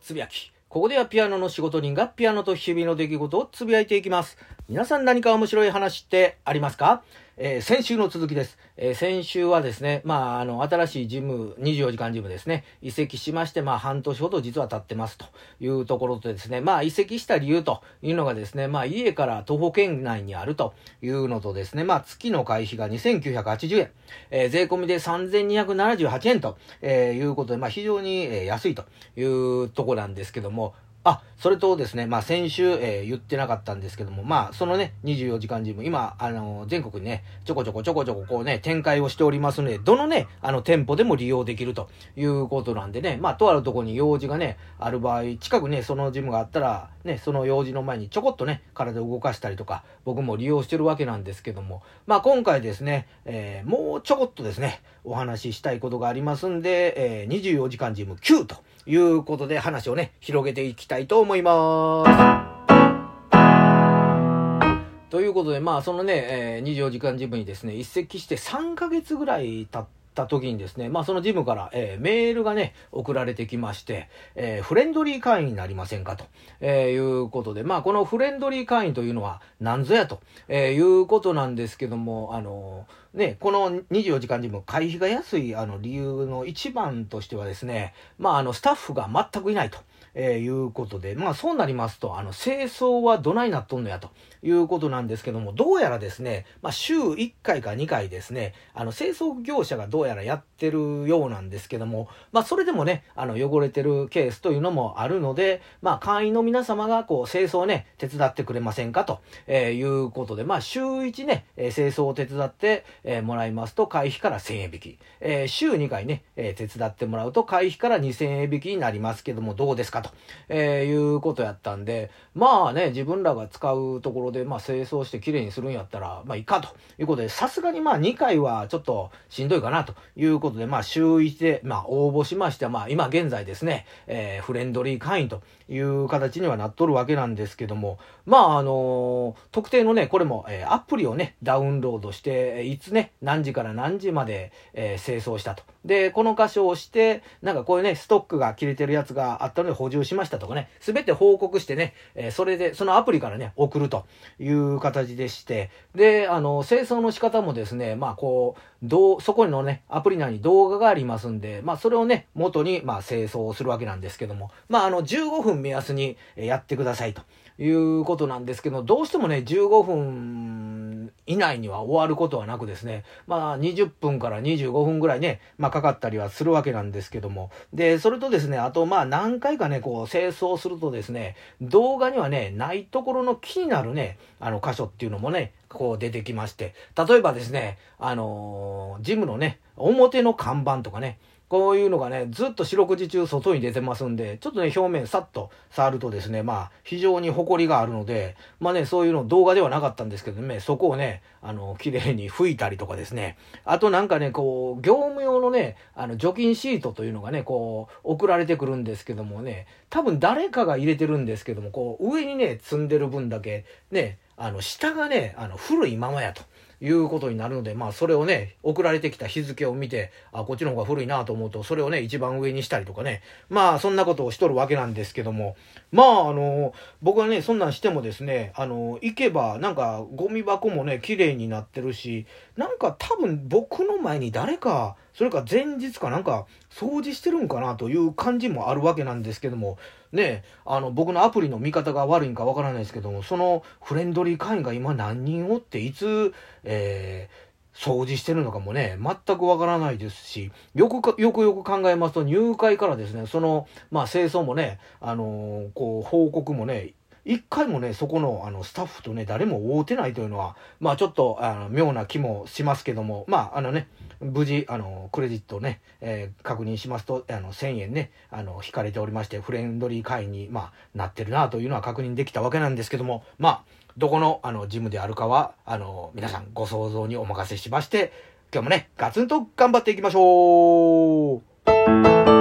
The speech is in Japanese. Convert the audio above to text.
つぶやき。ここではピアノの仕事人がピアノと日々の出来事をつぶやいていきます。皆さん何か面白い話ってありますか？先週の続きです。先週はですね、新しいジム、24時間ジムですね、移籍しまして、半年ほど実は経ってますというところとですね、移籍した理由というのがですね、家から徒歩圏内にあるというのとですね、月の会費が2980円、税込みで3278円と、いうことで、非常に安いというところなんですけども、それとですね、先週、言ってなかったんですけども、そのね、24時間ジム、今、全国にね、ちょこちょここうね、展開をしておりますので、どのね、店舗でも利用できるということなんでね、とあるところに用事がね、ある場合、近くね、そのジムがあったら、ね、その用事の前にちょこっとね、体を動かしたりとか、僕も利用してるわけなんですけども、今回ですね、もうちょこっとですね、お話ししたいことがありますんで、24時間ジム9ということで話をね、広げていきたいと思います。ということで、そのね、24時間ジムにですね、移籍して3ヶ月ぐらい経った時にですね、そのジムから、メールがね、送られてきまして、フレンドリー会員になりませんかと、いうことで、このフレンドリー会員というのは何ぞやと、いうことなんですけども、この24時間ジム、会費が安い理由の一番としてはですね、スタッフが全くいないと。いうことで、そうなりますと、清掃はどないなっとんのやということなんですけども、どうやらですね、週1回か2回ですね、清掃業者がどうやらやってるようなんですけども、それでもね、汚れてるケースというのもあるので、会員の皆様がこう清掃をね、手伝ってくれませんかと、いうことで、週1ね、清掃を手伝って、もらいますと、会費から1000円引き、週2回ね、手伝ってもらうと、会費から2000円引きになりますけども、どうですかと、いうことやったんで、自分らが使うところで、清掃してきれいにするんやったら、いいかということで、さすがに2回はちょっとしんどいかなということで、週1で、応募しまして、今現在ですね、フレンドリー会員という形にはなっとるわけなんですけども、特定のね、これも、アプリをね、ダウンロードして、いつね、何時から何時まで、清掃したと。で、この箇所を押して、こういうね、ストックが切れてるやつがあったので補充しましたとかね、すべて報告してね、それで、そのアプリからね、送るという形でして、で、清掃の仕方もですね、そこのね、アプリ内に動画がありますんで、それをね、元に、清掃をするわけなんですけども、15分目安にやってくださいということなんですけど、どうしてもね、15分以内には終わることはなくですね、20分から25分ぐらいね、かかったりはするわけなんですけども、で、それとですね、あと何回かね、こう、清掃するとですね、動画にはね、ないところの気になるね、箇所っていうのもね、こう出てきまして、例えばですね、ジムのね、表の看板とかね、こういうのがね、ずっと四六時中外に出てますんで、ちょっとね、表面さっと触るとですね、非常に埃があるので、そういうの動画ではなかったんですけどね、そこをね、綺麗に拭いたりとかですね、あとこう、業務用のね、除菌シートというのがね、こう、送られてくるんですけどもね、多分誰かが入れてるんですけども、こう、上にね、積んでる分だけ、ね、下がね、古いままやと。いうことになるので、それをね、送られてきた日付を見て、こっちの方が古いなと思うと、それをね、一番上にしたりとかね、そんなことをしとるわけなんですけども、僕はね、そんなんしてもですね、行けば、ゴミ箱もね、綺麗になってるし、多分僕の前に誰か、それか前日か掃除してるんかなという感じもあるわけなんですけども、ね、僕のアプリの見方が悪いんかわからないですけども、そのフレンドリー会員が今何人おって、いつ、掃除してるのかもね、全くわからないですし、よく考えますと、入会からですね、その、清掃もね、こう、報告もね、一回もね、そこの、スタッフとね、誰も会うてないというのは、ちょっと、妙な気もしますけども、無事、クレジットをね、確認しますと、1000円ね、引かれておりまして、フレンドリー会員に、なってるなというのは確認できたわけなんですけども、どこの、ジムであるかは、皆さんご想像にお任せしまして、今日もね、ガツンと頑張っていきましょう。